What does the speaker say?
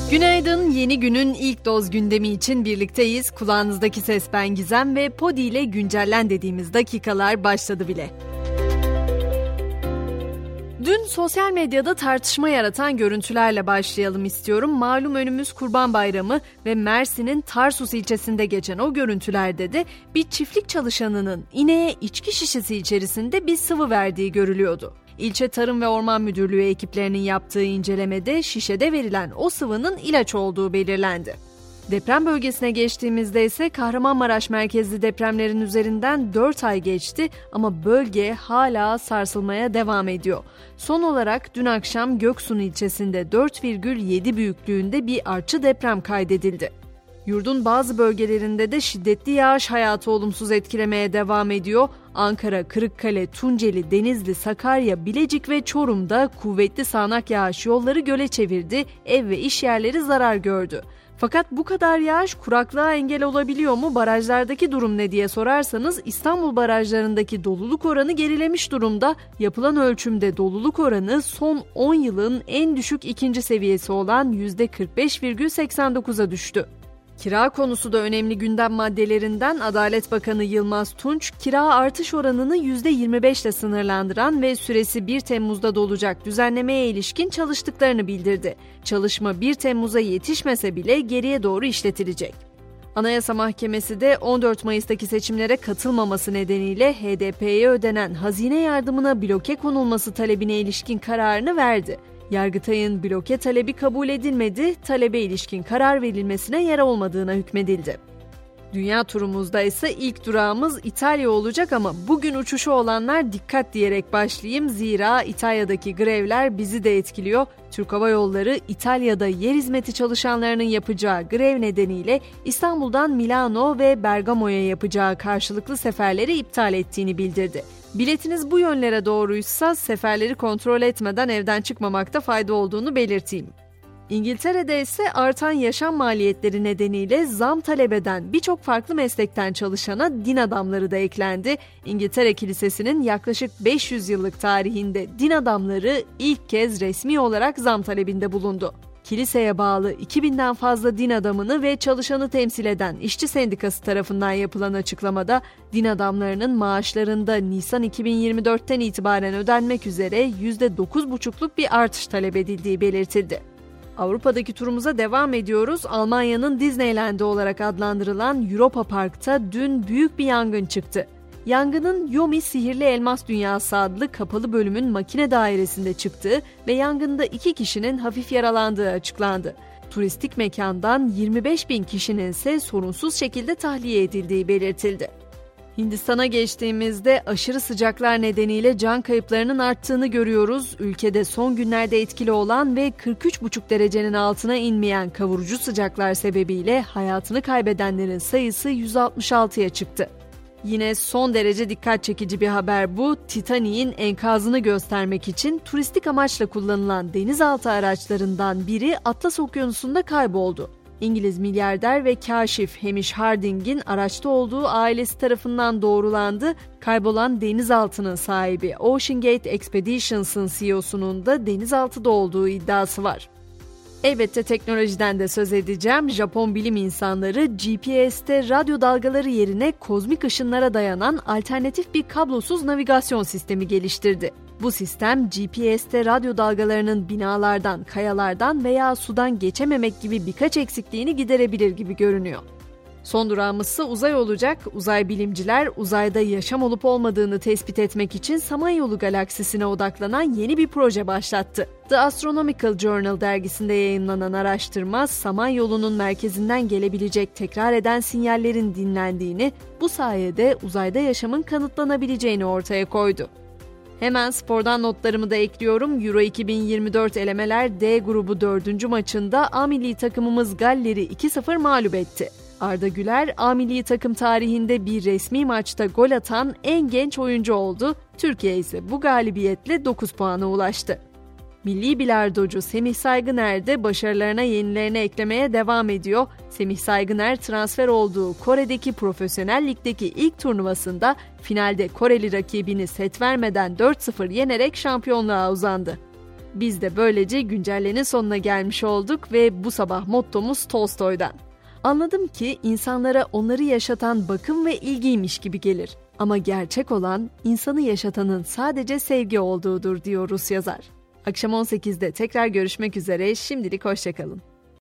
Günaydın, yeni günün ilk doz gündemi için birlikteyiz. Kulağınızdaki ses ben Gizem ve Podi ile güncellen dediğimiz dakikalar başladı bile. Dün sosyal medyada tartışma yaratan görüntülerle başlayalım istiyorum. Malum önümüz Kurban Bayramı ve Mersin'in Tarsus ilçesinde geçen o görüntülerde de bir çiftlik çalışanının ineğe içki şişesi içerisinde bir sıvı verdiği görülüyordu. İlçe Tarım ve Orman Müdürlüğü ekiplerinin yaptığı incelemede şişede verilen o sıvının ilaç olduğu belirlendi. Deprem bölgesine geçtiğimizde ise Kahramanmaraş merkezli depremlerin üzerinden 4 ay geçti ama bölge hala sarsılmaya devam ediyor. Son olarak dün akşam Göksun ilçesinde 4,7 büyüklüğünde bir artçı deprem kaydedildi. Yurdun bazı bölgelerinde de şiddetli yağış hayatı olumsuz etkilemeye devam ediyor. Ankara, Kırıkkale, Tunceli, Denizli, Sakarya, Bilecik ve Çorum'da kuvvetli sağanak yağış yolları göle çevirdi, ev ve iş yerleri zarar gördü. Fakat bu kadar yağış kuraklığa engel olabiliyor mu? Barajlardaki durum ne diye sorarsanız İstanbul barajlarındaki doluluk oranı gerilemiş durumda. Yapılan ölçümde doluluk oranı son 10 yılın en düşük ikinci seviyesi olan %45,89'a düştü. Kira konusu da önemli gündem maddelerinden. Adalet Bakanı Yılmaz Tunç, kira artış oranını %25 ile sınırlandıran ve süresi 1 Temmuz'da dolacak düzenlemeye ilişkin çalıştıklarını bildirdi. Çalışma 1 Temmuz'a yetişmese bile geriye doğru işletilecek. Anayasa Mahkemesi de 14 Mayıs'taki seçimlere katılmaması nedeniyle HDP'ye ödenen hazine yardımına bloke konulması talebine ilişkin kararını verdi. Yargıtay'ın bloke talebi kabul edilmedi, talebe ilişkin karar verilmesine yer olmadığına hükmedildi. Dünya turumuzda ise ilk durağımız İtalya olacak ama bugün uçuşu olanlar dikkat diyerek başlayayım. Zira İtalya'daki grevler bizi de etkiliyor. Türk Hava Yolları İtalya'da yer hizmeti çalışanlarının yapacağı grev nedeniyle İstanbul'dan Milano ve Bergamo'ya yapacağı karşılıklı seferleri iptal ettiğini bildirdi. Biletiniz bu yönlere doğruysa seferleri kontrol etmeden evden çıkmamakta fayda olduğunu belirteyim. İngiltere'de ise artan yaşam maliyetleri nedeniyle zam talep eden birçok farklı meslekten çalışana din adamları da eklendi. İngiltere Kilisesi'nin yaklaşık 500 yıllık tarihinde din adamları ilk kez resmi olarak zam talebinde bulundu. Kiliseye bağlı 2000'den fazla din adamını ve çalışanı temsil eden İşçi Sendikası tarafından yapılan açıklamada din adamlarının maaşlarında Nisan 2024'ten itibaren ödenmek üzere %9,5'luk bir artış talep edildiği belirtildi. Avrupa'daki turumuza devam ediyoruz. Almanya'nın Disneyland'i olarak adlandırılan Europa Park'ta dün büyük bir yangın çıktı. Yangının Yomi Sihirli Elmas Dünyası adlı kapalı bölümün makine dairesinde çıktığı ve yangında 2 kişinin hafif yaralandığı açıklandı. Turistik mekandan 25.000 kişinin ise sorunsuz şekilde tahliye edildiği belirtildi. Hindistan'a geçtiğimizde aşırı sıcaklar nedeniyle can kayıplarının arttığını görüyoruz. Ülkede son günlerde etkili olan ve 43,5 derecenin altına inmeyen kavurucu sıcaklar sebebiyle hayatını kaybedenlerin sayısı 166'ya çıktı. Yine son derece dikkat çekici bir haber bu. Titanic'in enkazını göstermek için turistik amaçla kullanılan denizaltı araçlarından biri Atlas Okyanusu'nda kayboldu. İngiliz milyarder ve kaşif Hamish Harding'in araçta olduğu ailesi tarafından doğrulandı. Kaybolan denizaltının sahibi Ocean Gate Expeditions'ın CEO'sunun da denizaltıda olduğu iddiası var. Elbette teknolojiden de söz edeceğim. Japon bilim insanları GPS'te radyo dalgaları yerine kozmik ışınlara dayanan alternatif bir kablosuz navigasyon sistemi geliştirdi. Bu sistem GPS'te radyo dalgalarının binalardan, kayalardan veya sudan geçememek gibi birkaç eksikliğini giderebilir gibi görünüyor. Son durağımızsa uzay olacak. Uzay bilimciler uzayda yaşam olup olmadığını tespit etmek için Samanyolu galaksisine odaklanan yeni bir proje başlattı. The Astronomical Journal dergisinde yayınlanan araştırma, Samanyolu'nun merkezinden gelebilecek tekrar eden sinyallerin dinlendiğini, bu sayede uzayda yaşamın kanıtlanabileceğini ortaya koydu. Hemen spordan notlarımı da ekliyorum. Euro 2024 elemeler D grubu 4. maçında A milli takımımız Galler'i 2-0 mağlup etti. Arda Güler, A milli takım tarihinde bir resmi maçta gol atan en genç oyuncu oldu. Türkiye ise bu galibiyetle 9 puana ulaştı. Milli bilardocu Semih Saygıner de başarılarına yenilerini eklemeye devam ediyor. Semih Saygıner transfer olduğu Kore'deki profesyonel ligdeki ilk turnuvasında finalde Koreli rakibini set vermeden 4-0 yenerek şampiyonluğa uzandı. Biz de böylece güncellenin sonuna gelmiş olduk ve bu sabah mottomuz Tolstoy'dan. Anladım ki insanlara onları yaşatan bakım ve ilgiymiş gibi gelir. Ama gerçek olan insanı yaşatanın sadece sevgi olduğudur diyor Rus yazar. Akşam 18'de tekrar görüşmek üzere, şimdilik hoşça kalın.